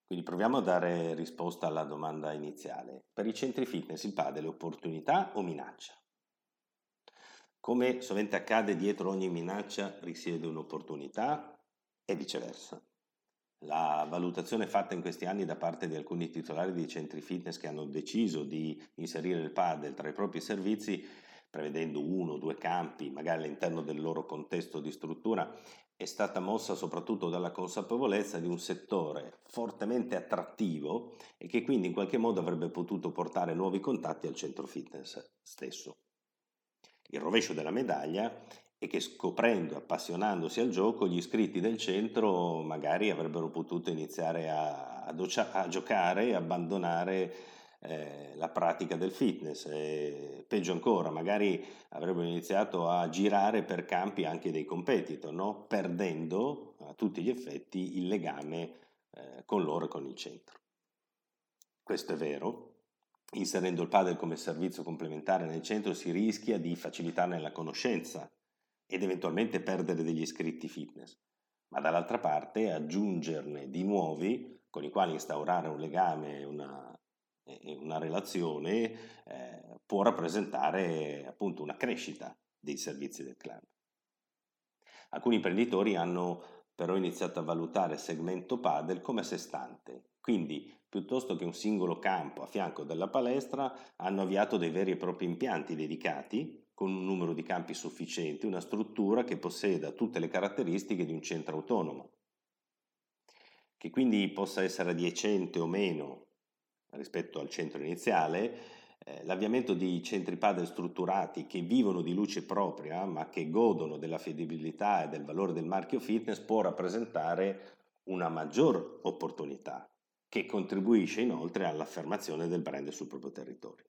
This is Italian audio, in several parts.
Quindi proviamo a dare risposta alla domanda iniziale. Per i centri fitness il padel è opportunità o minaccia? Come sovente accade, dietro ogni minaccia risiede un'opportunità e viceversa. La valutazione fatta in questi anni da parte di alcuni titolari di centri fitness che hanno deciso di inserire il padel tra i propri servizi, prevedendo uno o due campi, magari all'interno del loro contesto di struttura, è stata mossa soprattutto dalla consapevolezza di un settore fortemente attrattivo e che quindi in qualche modo avrebbe potuto portare nuovi contatti al centro fitness stesso. Il rovescio della medaglia è che scoprendo e appassionandosi al gioco, gli iscritti del centro magari avrebbero potuto iniziare a giocare e abbandonare la pratica del fitness. E peggio ancora, magari avrebbero iniziato a girare per campi anche dei competitor, no? Perdendo a tutti gli effetti il legame con loro e con il centro. Questo è vero. Inserendo il padel come servizio complementare nel centro si rischia di facilitarne la conoscenza ed eventualmente perdere degli iscritti fitness, ma dall'altra parte aggiungerne di nuovi con i quali instaurare un legame e una relazione può rappresentare appunto una crescita dei servizi del club. Alcuni imprenditori hanno però iniziato a valutare il segmento padel come a sé stante, quindi piuttosto che un singolo campo a fianco della palestra hanno avviato dei veri e propri impianti dedicati con un numero di campi sufficiente, una struttura che posseda tutte le caratteristiche di un centro autonomo, che quindi possa essere adiacente o meno rispetto al centro iniziale. L'avviamento di centri padel strutturati che vivono di luce propria ma che godono della fedibilità e del valore del marchio fitness può rappresentare una maggior opportunità che contribuisce inoltre all'affermazione del brand sul proprio territorio.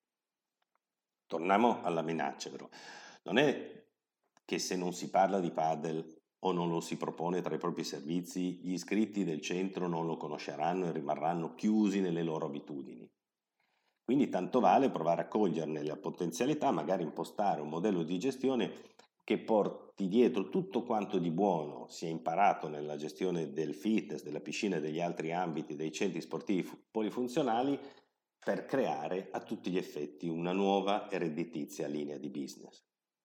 Torniamo alla minaccia, però. Non è che se non si parla di padel o non lo si propone tra i propri servizi, gli iscritti del centro non lo conosceranno e rimarranno chiusi nelle loro abitudini. Quindi tanto vale provare a coglierne la potenzialità, magari impostare un modello di gestione che porti dietro tutto quanto di buono si è imparato nella gestione del fitness, della piscina e degli altri ambiti dei centri sportivi polifunzionali per creare a tutti gli effetti una nuova e redditizia linea di business.